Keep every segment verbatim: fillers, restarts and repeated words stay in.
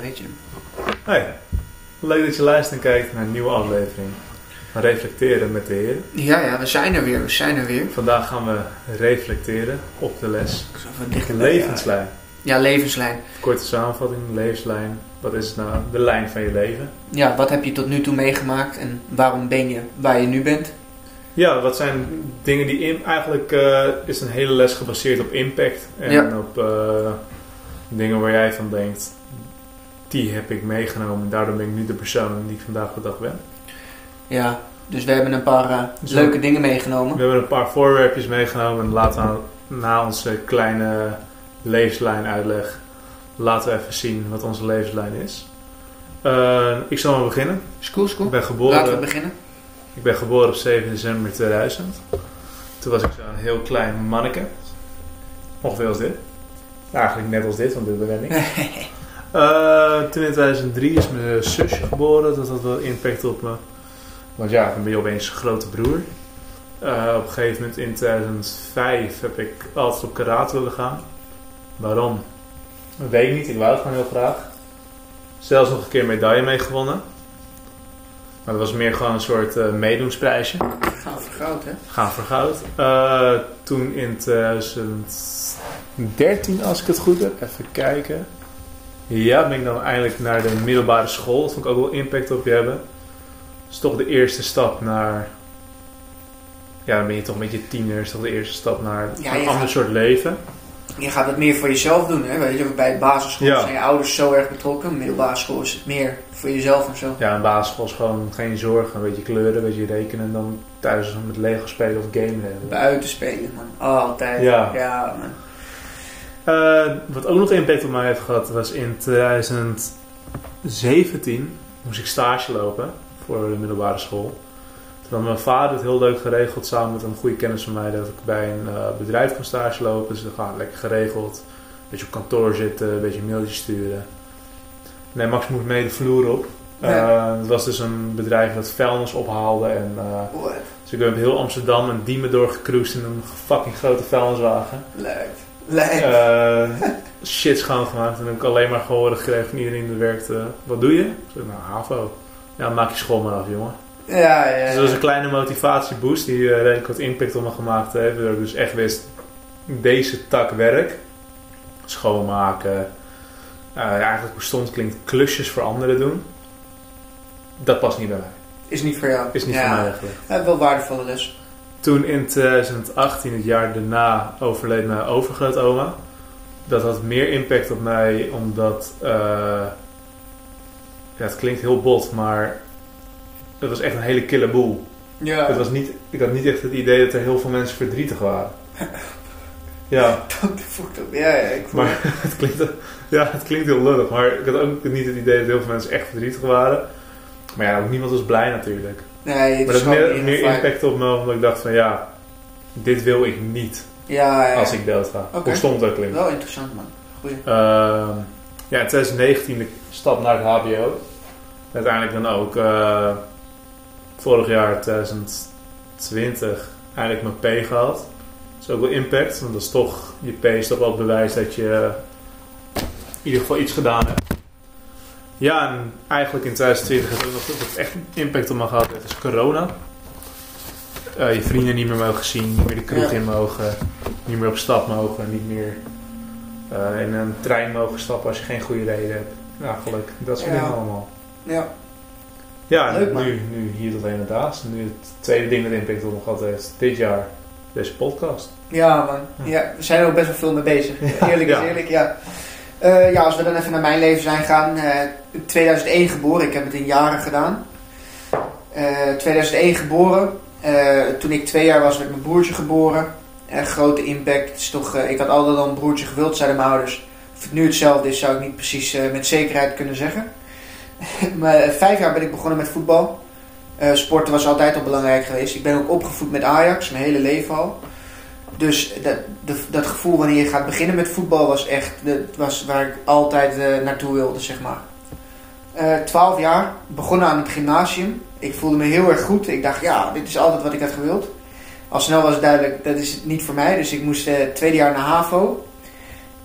weet je. Hey, leuk dat je luistert en kijkt naar een nieuwe aflevering van Reflecteren met de Heren. Ja, ja, we zijn er weer, we zijn er weer. Vandaag gaan we reflecteren op de les. De levenslijn. Ja, levenslijn. Korte samenvatting, levenslijn. Wat is het nou? De lijn van je leven. Ja, wat heb je tot nu toe meegemaakt en waarom ben je waar je nu bent? Ja, wat zijn dingen die in, eigenlijk uh, is een hele les gebaseerd op impact. En ja. op uh, dingen waar jij van denkt, die heb ik meegenomen. En daardoor ben ik nu de persoon die ik vandaag de dag ben. Ja, dus we hebben een paar uh, dus leuke we, dingen meegenomen. We hebben een paar voorwerpjes meegenomen. En laten we na onze kleine levenslijn uitleg, laten we even zien wat onze levenslijn is. Uh, ik zal maar beginnen. Is cool, is cool. Ik ben geboren, Laten we beginnen. Ik ben geboren op zeven december tweeduizend. Toen was ik zo'n heel klein manneke. Ongeveer als dit. Eigenlijk net als dit, want dit ben ik. uh, toen in tweeduizend drie is mijn zusje geboren. Dat had wel impact op me. Want ja, dan ben je opeens een grote broer. Uh, op een gegeven moment in tweeduizend vijf heb ik altijd op karate willen gaan. Waarom? Dat weet ik niet. Ik wou het gewoon heel graag. Zelfs nog een keer medaille mee gewonnen. Maar dat was meer gewoon een soort uh, meedoensprijsje. Gaan voor goud, hè? Gaan voor goud. Uh, toen in tweeduizend dertien, als ik het goed heb. Even kijken. Ja, ben ik dan eindelijk naar de middelbare school. Dat vond ik ook wel impact op je hebben. Dat is toch de eerste stap naar... Ja, dan ben je toch met je tiener. is toch de eerste stap naar ja, een ander gaat, soort leven. Je gaat het meer voor jezelf doen, hè? Weet je, bij de basisschool ja. zijn je ouders zo erg betrokken. Middelbare school is het meer voor jezelf en zo. Ja, een basisschool is gewoon geen zorg. Een beetje kleuren, een beetje rekenen. En dan thuis met Lego spelen of gamen hebben. Buiten spelen, man. Altijd. Ja. Ja, man. Uh, wat ook nog impact op mij heeft gehad, was in tweeduizend zeventien moest ik stage lopen voor de middelbare school. Toen had mijn vader het heel leuk geregeld samen met een goede kennis van mij dat ik bij een uh, bedrijf kon stage lopen. Dus dat gaat lekker geregeld. Een beetje op kantoor zitten, een beetje mailtjes sturen. Nee, Max moest mee de vloer op. Uh, ja. Het was dus een bedrijf dat vuilnis ophaalde. En, uh, dus ik ben op heel Amsterdam en Diemen doorgecruised in een fucking grote vuilniswagen. Leuk. Leuk. Uh, shit schoongemaakt. En heb ik alleen maar gehoord gekregen van iedereen die werkte. Wat doe je? Ik zei, nou, HAVO. Ja, maak je school maar af, jongen. Ja, ja, ja. Dus dat was een kleine motivatieboost die uh, redelijk wat impact op me gemaakt heeft. Dat ik dus echt wist, deze tak werk, schoonmaken, uh, eigenlijk bestond klinkt klusjes voor anderen doen. Dat past niet bij mij. Is niet voor jou. Is niet ja. voor mij eigenlijk. Ja, wel waardevolle les. Toen in tweeduizend achttien, het jaar daarna, overleed mijn overgrootoma. Dat had meer impact op mij omdat, uh, ja, het klinkt heel bot, maar het was echt een hele kille boel. Ja. Het was niet, ik had niet echt het idee dat er heel veel mensen verdrietig waren. Ja. ja, ja, ik voel maar het klinkt, ja, het klinkt heel lullig, maar ik had ook niet het idee dat heel veel mensen echt verdrietig waren. Maar ja, ook niemand was blij natuurlijk. Nee, het maar dat had meer, meer impact op me, omdat ik dacht van ja, dit wil ik niet. Ja, ja. Als ik dood ga. Okay. Hoe stom het ook klinkt. Wel interessant, man. Goeie. Uh, ja, in twintig negentien de stap naar het H B O. Uiteindelijk dan ook uh, vorig jaar twintig twintig eigenlijk mijn P gehad. Dat is ook wel impact, want dat is toch, je P is toch wel het bewijs dat je uh, in ieder geval iets gedaan hebt. Ja, en eigenlijk in twintig twintig heeft ook nog wat echt impact op me gehad. Het is corona. Uh, je vrienden niet meer mogen zien, niet meer de kroeg ja. in mogen, niet meer op stap mogen, niet meer uh, in een trein mogen stappen als je geen goede reden hebt. Ja, gelukkig. Dat soort ja. dingen allemaal. Ja. Ja, en leuk, nu, nu hier tot heen en daas. Nu het tweede ding dat impact op me gehad heeft, dit jaar, deze podcast. Ja, man. Ja. Ja, we zijn er ook best wel veel mee bezig. Eerlijk is ja. eerlijk, ja. Uh, ja, als we dan even naar mijn leven zijn gaan. Uh, tweeduizend één geboren, ik heb het in jaren gedaan. Uh, tweeduizend één geboren. Uh, toen ik twee jaar was, werd mijn broertje geboren. Uh, grote impact. Is toch, uh, ik had altijd al een broertje gewild, zeiden mijn ouders. Of het nu hetzelfde is, zou ik niet precies uh, met zekerheid kunnen zeggen. maar uh, vijf jaar ben ik begonnen met voetbal. Uh, sporten was altijd al belangrijk geweest. Ik ben ook opgevoed met Ajax, mijn hele leven al. Dus dat, dat, dat gevoel wanneer je gaat beginnen met voetbal was echt dat was waar ik altijd uh, naartoe wilde, zeg maar. Uh, twaalf jaar, begonnen aan het gymnasium. Ik voelde me heel erg goed. Ik dacht, ja, dit is altijd wat ik had gewild. Al snel was het duidelijk, dat is niet voor mij. Dus ik moest uh, tweede jaar naar HAVO.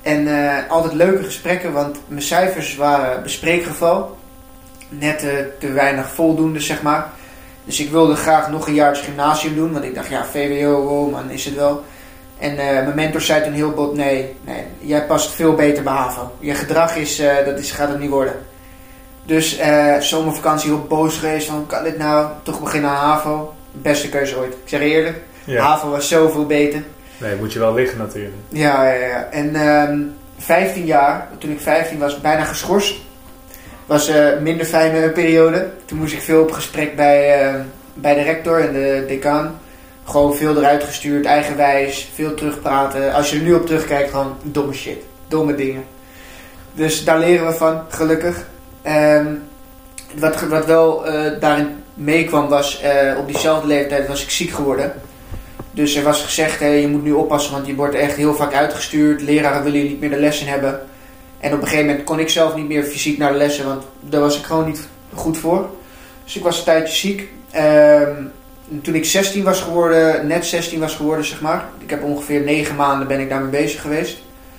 En uh, altijd leuke gesprekken, want mijn cijfers waren bespreekgeval. Net uh, te weinig voldoende, zeg maar. Dus ik wilde graag nog een jaartje gymnasium doen, want ik dacht, ja, V W O, oh man, is het wel. En uh, mijn mentor zei toen heel bot, nee, nee, jij past veel beter bij HAVO. Je gedrag is, uh, dat is, gaat het niet worden. Dus uh, zomervakantie heel boos geweest, van kan dit nou, toch beginnen aan HAVO? Beste keuze ooit. Ik zeg eerlijk, ja. HAVO was zoveel beter. Nee, moet je wel liggen natuurlijk. Ja, ja, ja. En um, vijftien jaar, toen ik vijftien was, bijna geschorst. Was een uh, minder fijne periode. Toen moest ik veel op gesprek bij, uh, bij de rector en de decaan. Gewoon veel eruit gestuurd, eigenwijs, veel terugpraten. Als je er nu op terugkijkt, gewoon domme shit. Domme dingen. Dus daar leren we van, gelukkig. Um, wat, wat wel uh, daarin meekwam was, uh, op diezelfde leeftijd was ik ziek geworden. Dus er was gezegd, hey, je moet nu oppassen, want je wordt echt heel vaak uitgestuurd. Leraren willen je niet meer de lessen hebben. En op een gegeven moment kon ik zelf niet meer fysiek naar de lessen, want daar was ik gewoon niet goed voor. Dus ik was een tijdje ziek. Um, toen ik zestien was geworden, net zestien was geworden, zeg maar. Ik heb ongeveer negen maanden ben ik daarmee bezig geweest.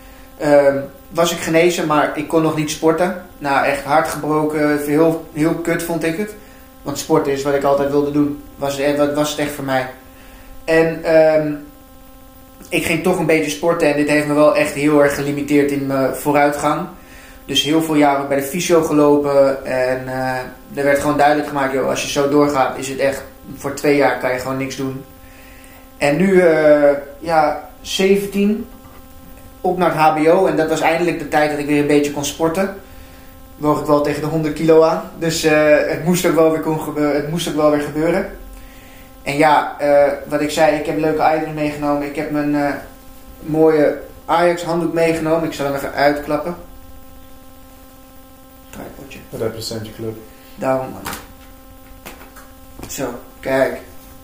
Um, was ik genezen, maar ik kon nog niet sporten. Nou, echt hard gebroken, heel, heel kut vond ik het. Want sporten is wat ik altijd wilde doen. Was het, was het echt voor mij. En um, ik ging toch een beetje sporten en dit heeft me wel echt heel erg gelimiteerd in mijn vooruitgang. Dus heel veel jaren bij de fysio gelopen en uh, er werd gewoon duidelijk gemaakt, joh, als je zo doorgaat is het echt, voor twee jaar kan je gewoon niks doen. En nu, uh, ja, zeventien, op naar het H B O en dat was eindelijk de tijd dat ik weer een beetje kon sporten. Woog ik wel tegen de honderd kilo aan, dus uh, het, moest ook wel weer kon gebeuren, het moest ook wel weer gebeuren. En ja, uh, wat ik zei, ik heb leuke items meegenomen. Ik heb mijn uh, mooie Ajax handdoek meegenomen. Ik zal hem even uitklappen. Tripodje. Represent je club. Daarom man. Zo, kijk.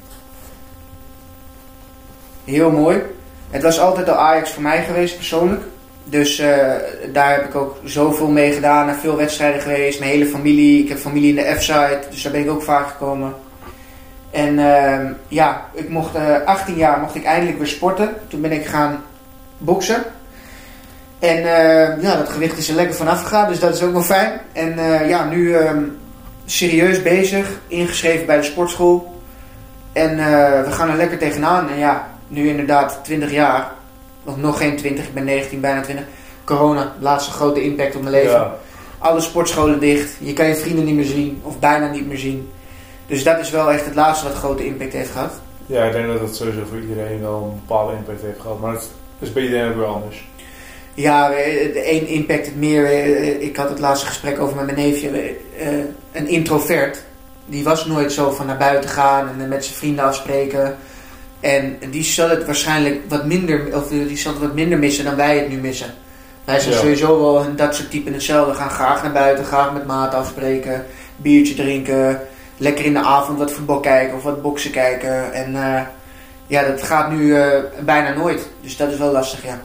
Heel mooi. Het was altijd al Ajax voor mij geweest persoonlijk. Dus uh, daar heb ik ook zoveel mee gedaan. Naar veel wedstrijden geweest. Mijn hele familie. Ik heb familie in de F-side. Dus daar ben ik ook vaak gekomen. En uh, ja, ik mocht uh, achttien jaar mocht ik eindelijk weer sporten. Toen ben ik gaan boksen. En uh, ja, dat gewicht is er lekker vanaf gegaan, dus dat is ook wel fijn. En uh, ja, nu uh, serieus bezig, ingeschreven bij de sportschool. En uh, we gaan er lekker tegenaan. En ja, nu inderdaad twintig jaar, of nog geen twintig, ik ben negentien, bijna twintig. Corona, laatste grote impact op mijn leven. Ja. Alle sportscholen dicht, je kan je vrienden niet meer zien, of bijna niet meer zien. Dus dat is wel echt het laatste wat grote impact heeft gehad. Ja, ik denk dat het sowieso voor iedereen wel een bepaalde impact heeft gehad. Maar het is bij iedereen ook weer anders. Ja, de een impact het meer. Ik had het laatste gesprek over met mijn neefje. Een introvert. Die was nooit zo van naar buiten gaan en met zijn vrienden afspreken. En die zal het waarschijnlijk wat minder, of die zal het wat minder missen dan wij het nu missen. Wij zijn ja. sowieso wel dat soort typen hetzelfde. We gaan graag naar buiten, graag met maat afspreken, biertje drinken. Lekker in de avond wat voetbal kijken of wat boksen kijken. En uh, ja, dat gaat nu uh, bijna nooit. Dus dat is wel lastig, ja.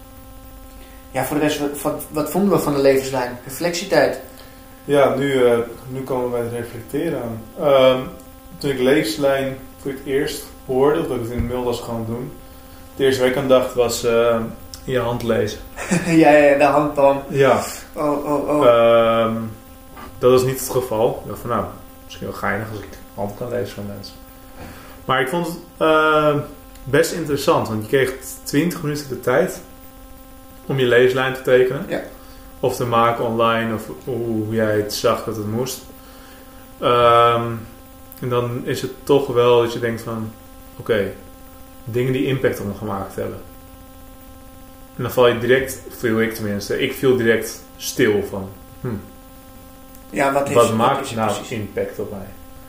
Ja, voor de rest, wat, wat vonden we van de levenslijn? Reflectietijd. Ja, nu, uh, nu komen we bij het reflecteren aan. Uh, toen ik levenslijn voor het eerst hoorde, of dat ik het in de maildas gaan doen. De eerste week aan dacht was uh, in je hand lezen. ja, ja, de handpalm. Ja. Oh, oh, oh. Uh, dat was niet het geval. Ik dacht van nou... Misschien wel geinig als ik hand kan lezen van mensen. Maar ik vond het uh, best interessant. Want je kreeg twintig minuten de tijd om je leeslijn te tekenen. Ja. Of te maken online. Of hoe jij het zag dat het moest. Um, en dan is het toch wel dat je denkt van... Oké, okay, dingen die impact op me gemaakt hebben. En dan val je direct, viel ik tenminste. Ik viel direct stil van... Hmm, Ja, wat, wat maakt nou precies impact op mij?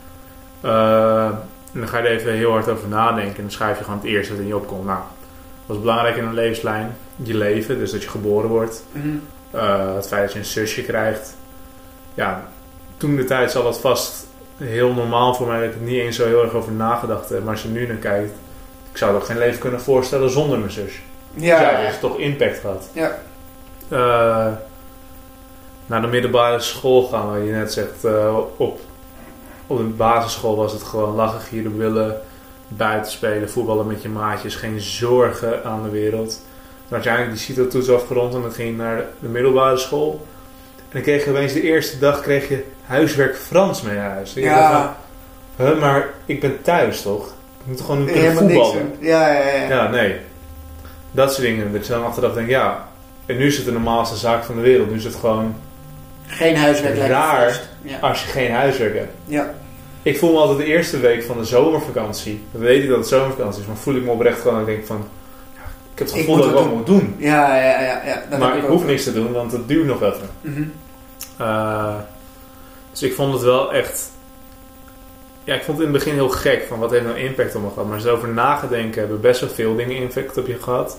Uh, en dan ga je er even heel hard over nadenken. En dan schrijf je gewoon het eerste wat in je opkomt. Nou, wat is belangrijk in een levenslijn? Je leven, dus dat je geboren wordt. Mm-hmm. Uh, het feit dat je een zusje krijgt. Ja, toen de tijd zal dat vast heel normaal voor mij. Dat ik er niet eens zo heel erg over nagedacht heb. Maar als je nu naar kijkt. Ik zou toch geen leven kunnen voorstellen zonder mijn zusje. Ja, dus ja, dat heeft toch impact gehad. Ja. Uh, naar de middelbare school gaan, waar je net zegt, uh, op, op de basisschool was het gewoon lachen, gieren, willen, buiten spelen, voetballen met je maatjes, geen zorgen aan de wereld. Toen had je eigenlijk die CITO-toets afgerond en dan ging je naar de middelbare school. En dan kreeg je opeens de eerste dag kreeg je huiswerk Frans mee naar huis. En ja. dacht van, huh, maar ik ben thuis toch? Ik moet toch gewoon nu kunnen voetballen? Ja, ja, ja. Ja, nee. Dat soort dingen. Dat je dan achteraf denkt, ja. En nu is het de normaalste zaak van de wereld. Nu is het gewoon... Geen huiswerk. Raar ja. als je geen huiswerk hebt. Ja. Ik voel me altijd de eerste week van de zomervakantie. Dan weet ik dat het zomervakantie is. Maar voel ik me oprecht gewoon en denk van... Ja, ik heb het gevoel dat ik wat moet doen. Ja, ja, ja. ja dat maar ik ik hoef niks te doen, want het duurt nog even. Mm-hmm. Uh, dus ik vond het wel echt... Ja, ik vond het in het begin heel gek. Van wat heeft nou impact op me gehad. Maar zo over nagedenken hebben best wel veel dingen impact op je gehad.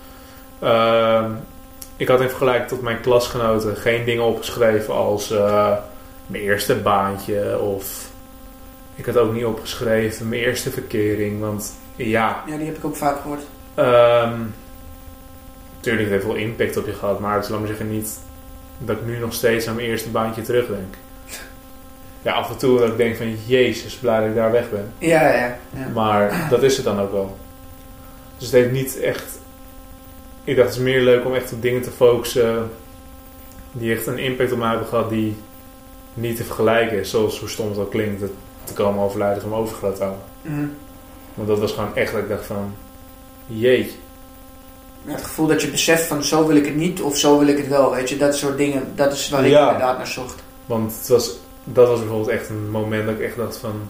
Uh, ik had in vergelijking tot mijn klasgenoten geen dingen opgeschreven als uh, mijn eerste baantje. Of ik had ook niet opgeschreven mijn eerste verkering. Want ja... Ja, die heb ik ook vaak gehoord. Um, Tuurlijk, het heeft wel impact op je gehad. Maar het is, laat maar zeggen, niet dat ik nu nog steeds aan mijn eerste baantje terugdenk. Ja, af en toe dat ik denk van... Jezus, blij dat ik daar weg ben. Ja, ja, ja. Maar dat is het dan ook wel. Dus het heeft niet echt... Ik dacht, het is meer leuk om echt op dingen te focussen... die echt een impact op mij hebben gehad... die niet te vergelijken is. Zoals hoe stom het ook klinkt... Het te komen overlijden van mijn overgrootouder. Mm. Want dat was gewoon echt dat ik dacht van... Jeetje. Ja, het gevoel dat je beseft van... zo wil ik het niet of zo wil ik het wel. Weet je, dat soort dingen... Dat is waar ik ja, inderdaad naar zocht. Want het was... Dat was bijvoorbeeld echt een moment dat ik echt dacht van...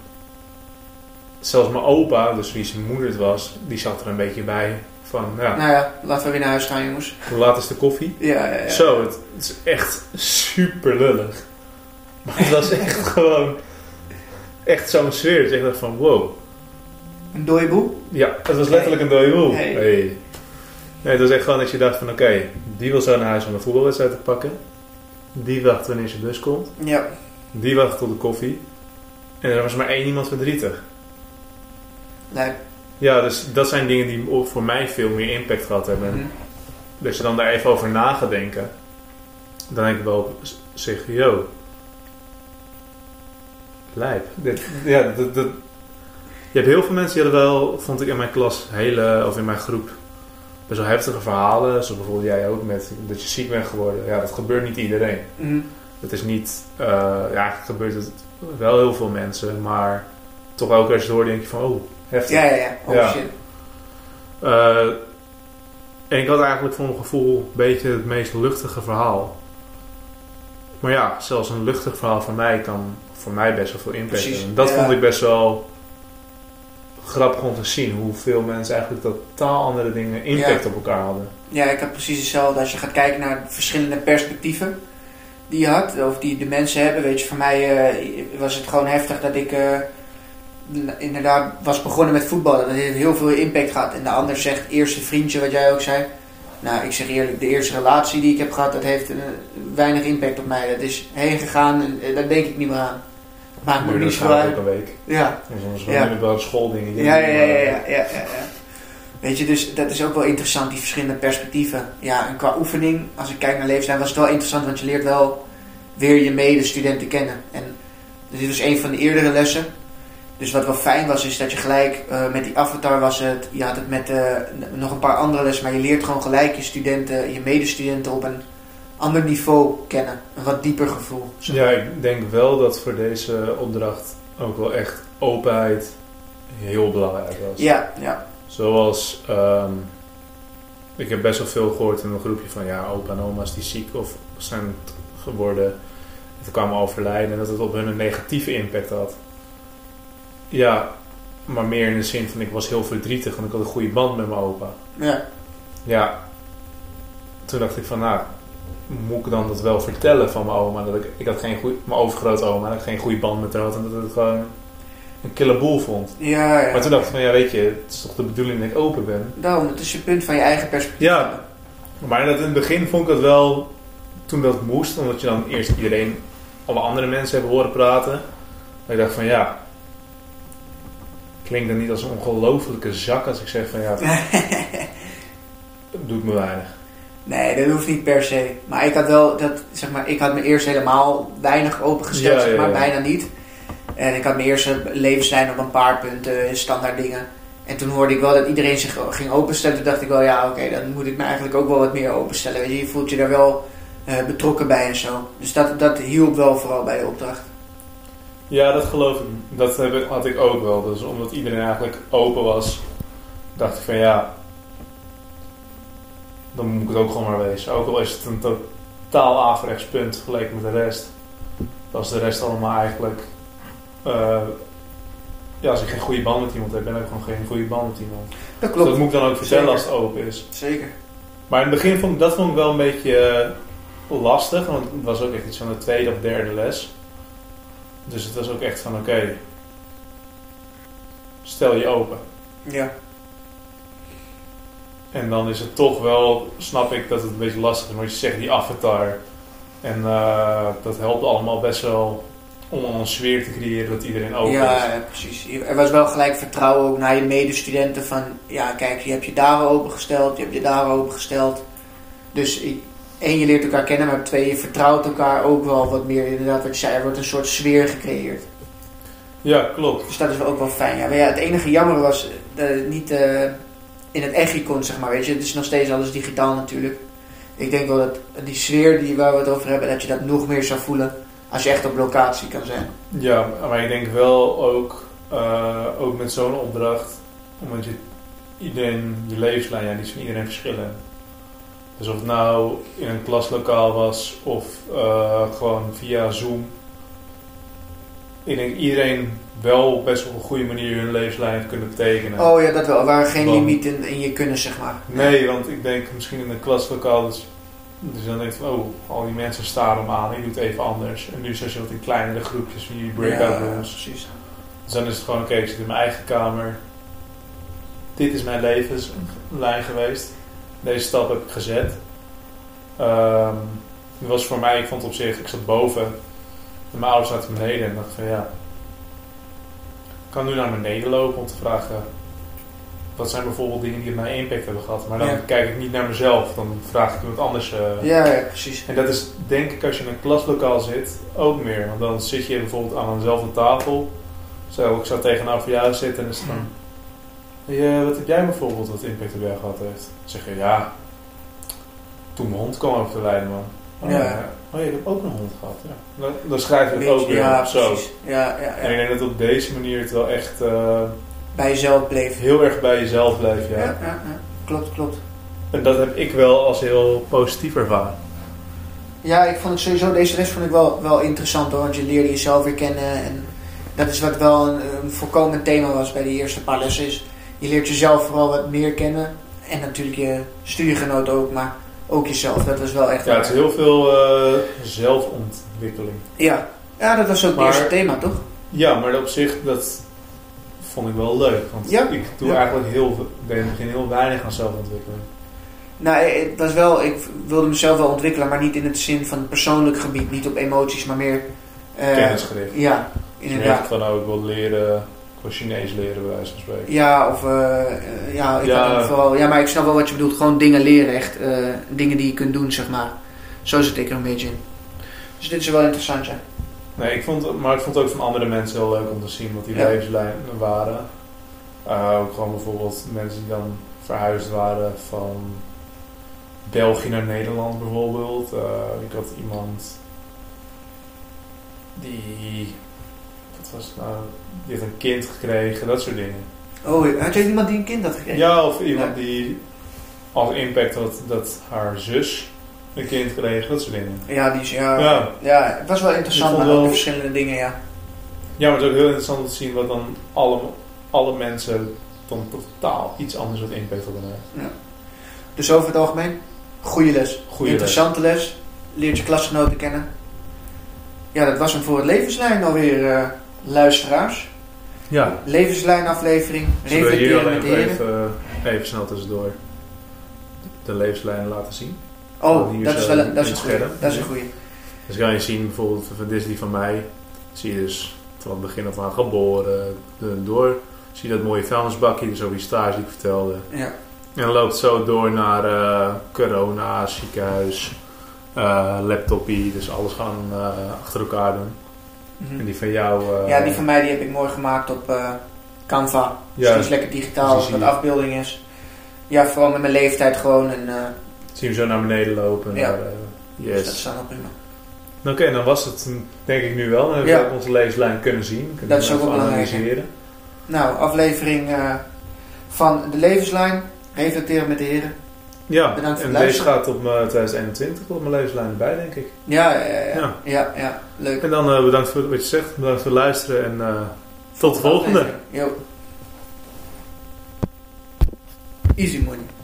Zelfs mijn opa, dus wie zijn moeder het was... Die zat er een beetje bij van... Ja, nou ja, laten we weer naar huis gaan, jongens. Hoe laat is de koffie? Ja, ja, ja. Zo, het, het is echt super lullig. Maar het was echt gewoon... Echt zo'n sfeer. Dus ik dacht van wow. Een dode boel? Ja, het was letterlijk een dode boel. Hey. Hey. Nee, het was echt gewoon dat je dacht van oké... Okay, die wil zo naar huis om een voetbalwedstrijd te pakken. Die wacht wanneer zijn bus komt. Ja. Die wacht tot de koffie. En er was maar één iemand verdrietig. Nee. Ja, dus dat zijn dingen die voor mij veel meer impact gehad hebben. Mm-hmm. Dus je dan daar even over na gaat denken. Dan denk ik wel op zich, yo. Lijp. Dit, ja, dat, dat, je hebt heel veel mensen die hadden wel, vond ik in mijn klas, hele, of in mijn groep, best wel heftige verhalen. Zoals bijvoorbeeld jij ook met dat je ziek bent geworden. Ja, dat gebeurt niet iedereen. Mm-hmm. Het is niet, uh, ja, het gebeurt het wel heel veel mensen, maar toch ook als je het hoort denk je van, oh, heftig. Ja, ja, ja. Oh ja. shit. Uh, en ik had eigenlijk voor mijn gevoel een beetje het meest luchtige verhaal. Maar ja, zelfs een luchtig verhaal van mij kan voor mij best wel veel impact hebben. En dat ja. vond ik best wel grappig om te zien, hoeveel mensen eigenlijk totaal andere dingen impact ja. op elkaar hadden. Ja, ik heb precies hetzelfde. Als je gaat kijken naar verschillende perspectieven die je had, of die de mensen hebben. Weet je, voor mij uh, was het gewoon heftig dat ik uh, inderdaad was begonnen met voetballen. Dat heeft heel veel impact gehad. En de ander zegt, eerste vriendje, wat jij ook zei. Nou, ik zeg eerlijk, de eerste relatie die ik heb gehad, dat heeft uh, weinig impact op mij. Dat is heen gegaan en uh, daar denk ik niet meer aan. Dat maakt me niet zo uit. Een week. Ja. Soms gewoon middelbare schooldingen. Ja, ja, ja, ja, ja, ja, ja, ja. Weet je, dus dat is ook wel interessant, die verschillende perspectieven. Ja, en qua oefening, als ik kijk naar leeftijd, was het wel interessant, want je leert wel weer je medestudenten kennen. En dit was een van de eerdere lessen. Dus wat wel fijn was, is dat je gelijk uh, met die avatar was het, je had het met uh, nog een paar andere lessen, maar je leert gewoon gelijk je studenten, je medestudenten op een ander niveau kennen. Een wat dieper gevoel. Zo. Ja, ik denk wel dat voor deze opdracht ook wel echt openheid heel belangrijk was. Ja, ja. Zoals, um, ik heb best wel veel gehoord in een groepje van ja, opa en oma's die ziek of zijn geworden, of kwamen overlijden en dat het op hun een negatieve impact had. Ja, maar meer in de zin van ik was heel verdrietig en ik had een goede band met mijn opa. Ja. Ja. Toen dacht ik van nou, moet ik dan dat wel vertellen van mijn oma? Dat ik, ik had geen goeie, mijn overgrootoma, dat ik geen goede band met haar had en dat het gewoon een kille boel vond. Ja, ja. Maar toen dacht ik van ja, weet je, het is toch de bedoeling dat ik open ben. Daarom, het is je punt van je eigen perspectief. Ja, maar dat in het begin vond ik het wel, toen dat moest, omdat je dan eerst iedereen, alle andere mensen hebben horen praten. Dat ik dacht van ja, klinkt dan niet als een ongelofelijke zak als ik zeg van ja, dat doet me weinig. Nee, dat hoeft niet per se. Maar ik had wel, dat, zeg maar, ik had me eerst helemaal weinig opengesteld, ja, zeg maar, ja, ja. bijna niet. En ik had mijn eerste levenslijn op een paar punten, standaard dingen. En toen hoorde ik wel dat iedereen zich ging openstellen. Toen dacht ik wel, ja oké, okay, dan moet ik me eigenlijk ook wel wat meer openstellen. Weet je, je voelt je daar wel uh, betrokken bij en zo. Dus dat, dat hielp wel vooral bij de opdracht. Ja, dat geloof ik. Dat heb ik, had ik ook wel. Dus omdat iedereen eigenlijk open was, dacht ik van ja, dan moet ik het ook gewoon maar wezen. Ook al is het een totaal averechts punt vergeleken met de rest. Als de rest allemaal eigenlijk... Uh, ja, als ik geen goede band met iemand heb, ben ik gewoon geen goede band met iemand. Dat klopt. Dus dat moet ik dan ook vertellen Zeker. Als het open is. Zeker. Maar in het begin vond ik dat vond ik wel een beetje uh, lastig. Want het was ook echt iets van de tweede of derde les. Dus het was ook echt van oké, okay, stel je open. Ja. En dan is het toch wel, snap ik dat het een beetje lastig is. Maar je zegt die avatar. En uh, dat helpt allemaal best wel om een sfeer te creëren dat iedereen open ja, is. Ja, precies. Er was wel gelijk vertrouwen ook naar je medestudenten van... Ja, kijk, je hebt je daar opengesteld, je hebt je daar opengesteld. Dus één, je leert elkaar kennen, maar twee, je vertrouwt elkaar ook wel wat meer. Inderdaad, wat je zei, er wordt een soort sfeer gecreëerd. Ja, klopt. Dus dat is wel ook wel fijn. Ja, maar ja, het enige jammer was uh, niet uh, in het echt kon, zeg maar. Weet je, het is nog steeds alles digitaal natuurlijk. Ik denk wel dat die sfeer die waar we het over hebben, dat je dat nog meer zou voelen als je echt op locatie kan zijn. Ja, maar ik denk wel ook, uh, ook met zo'n opdracht, omdat je iedereen, je levenslijn, ja, die is van iedereen verschillend. Dus of het nou in een klaslokaal was of uh, gewoon via Zoom. Ik denk iedereen wel best op een goede manier hun levenslijn heeft kunnen betekenen. Oh ja, dat wel. Er waren geen want, limiet in, in je kunnen, zeg maar. Nee, want ik denk misschien in een klaslokaal, dus, dus dan denk je van, oh, al die mensen staan hem aan, ik doe het even anders. En nu zit je wat in kleinere groepjes, van die breakout ja, rooms. Precies. Dus dan is het gewoon, oké, okay, ik zit in mijn eigen kamer. Dit is mijn levenslijn geweest. Deze stap heb ik gezet. Um, dat was voor mij, ik vond het op zich, ik zat boven. En mijn ouders zaten beneden en dacht van ja... Ik kan nu naar beneden lopen om te vragen... Wat zijn bijvoorbeeld dingen die op mij impact hebben gehad. Maar dan ja. kijk ik niet naar mezelf. Dan vraag ik iemand anders. Uh, ja, ja, precies. En dat is denk ik als je in een klaslokaal zit ook meer. Want dan zit je bijvoorbeeld aan eenzelfde tafel. Zo, ik zou tegenover jou zitten en dan is het van... Hey, wat heb jij bijvoorbeeld wat impact op jou gehad heeft? Dan zeg je ja... Toen mijn hond kwam over de lijn, man. Oh, ja. Ja. Oh, je hebt ook een hond gehad, ja. Dan, dan schrijf je het ook weer ja, op zo. Precies. Ja, ja, ja. En ik denk dat op deze manier het wel echt... Uh, bij jezelf bleef. Heel erg bij jezelf bleef, ja. Ja, ja, ja. Klopt, klopt. En dat heb ik wel als heel positief ervaren. Ja, ik vond het sowieso, deze les vond ik wel, wel interessant hoor. Want je leerde jezelf weer kennen. En dat is wat wel een, een voorkomend thema was bij de eerste paar lessen. Is, je leert jezelf vooral wat meer kennen. En natuurlijk je studiegenoot ook, maar... Ook jezelf, dat was wel echt... Ja, het is heel veel uh, zelfontwikkeling. Ja. ja, dat was ook het eerste thema, toch? Ja, maar op zich, dat vond ik wel leuk. Want ja. ik doe ja. eigenlijk heel, ik in het begin heel weinig aan zelfontwikkeling. Nou, het was wel, ik wilde mezelf wel ontwikkelen, maar niet in het zin van persoonlijk gebied. Niet op emoties, maar meer... Uh, kennisgericht. Ja, inderdaad. Dus van, oh, ik wil leren... Ik wil Chinees leren, bij wijze van spreken. Ja, of... Uh, uh, ja, ik ja. had vooral, ja, maar ik snap wel wat je bedoelt. Gewoon dingen leren, echt. Uh, dingen die je kunt doen, zeg maar. Zo zit ik er een beetje in. Dus dit is wel interessant, ja. Nee, ik vond, maar ik vond het ook van andere mensen heel leuk om te zien wat die ja. levenslijnen waren. Uh, ook gewoon bijvoorbeeld mensen die dan verhuisd waren van België naar Nederland bijvoorbeeld. Uh, ik had iemand die... Wat was het nou? Die heeft een kind gekregen, dat soort dingen. Oh, had jij iemand die een kind had gekregen? Ja, of iemand ja. die als impact had dat haar zus een kind kreeg, dat soort dingen. Ja, die is, ja, ja. ja, het was wel interessant, maar wel... verschillende dingen, ja. Ja, maar het is ook heel interessant om te zien wat dan alle, alle mensen dan totaal iets anders wat impact op hebben. Ja. Dus over het algemeen, goede les. Goeie interessante les. les. Leert je klasgenoten kennen. Ja, dat was hem voor het levenslijn alweer, uh, luisteraars. Ja. Levenslijnaflevering. Reflecteren met de heren. Even, uh, even snel tussendoor de levenslijnen laten zien. Oh, dat is wel een, dat is een goeie. Dat is een goeie. Dus kan je zien, bijvoorbeeld van dit is die van mij. Zie je dus van het begin af aan geboren door. Zie je dat mooie vuilnisbakje, dus over die stage die ik vertelde. Ja. En dan loopt het zo door naar uh, corona, ziekenhuis, uh, laptopie. Dus alles gaan uh, achter elkaar doen. Mm-hmm. En die van jou... Uh, ja, die van mij die heb ik mooi gemaakt op uh, Canva. Dus Ja, die is lekker digitaal, precies. wat afbeelding is. Ja, vooral met mijn leeftijd gewoon. En, uh, Zien we zo naar beneden lopen. Ja. Naar, uh, dus dat yes. is dan wel prima. Oké, okay, dan was het denk ik nu wel. Dan hebben Ja. we onze levenslijn kunnen zien. Kunnen Dat is we ook wel even belangrijk, analyseren. Nou, aflevering uh, van de levenslijn. Reflecteren met de heren. Ja, Bedankt voor en het deze luisteren. gaat op uh, twintig eenentwintig op mijn levenslijn erbij, denk ik. Ja, ja, ja. ja. Ja. ja, ja. Leuk. En dan uh, bedankt voor wat je zegt. Bedankt voor het luisteren. En uh, tot de volgende. Yo. Easy money.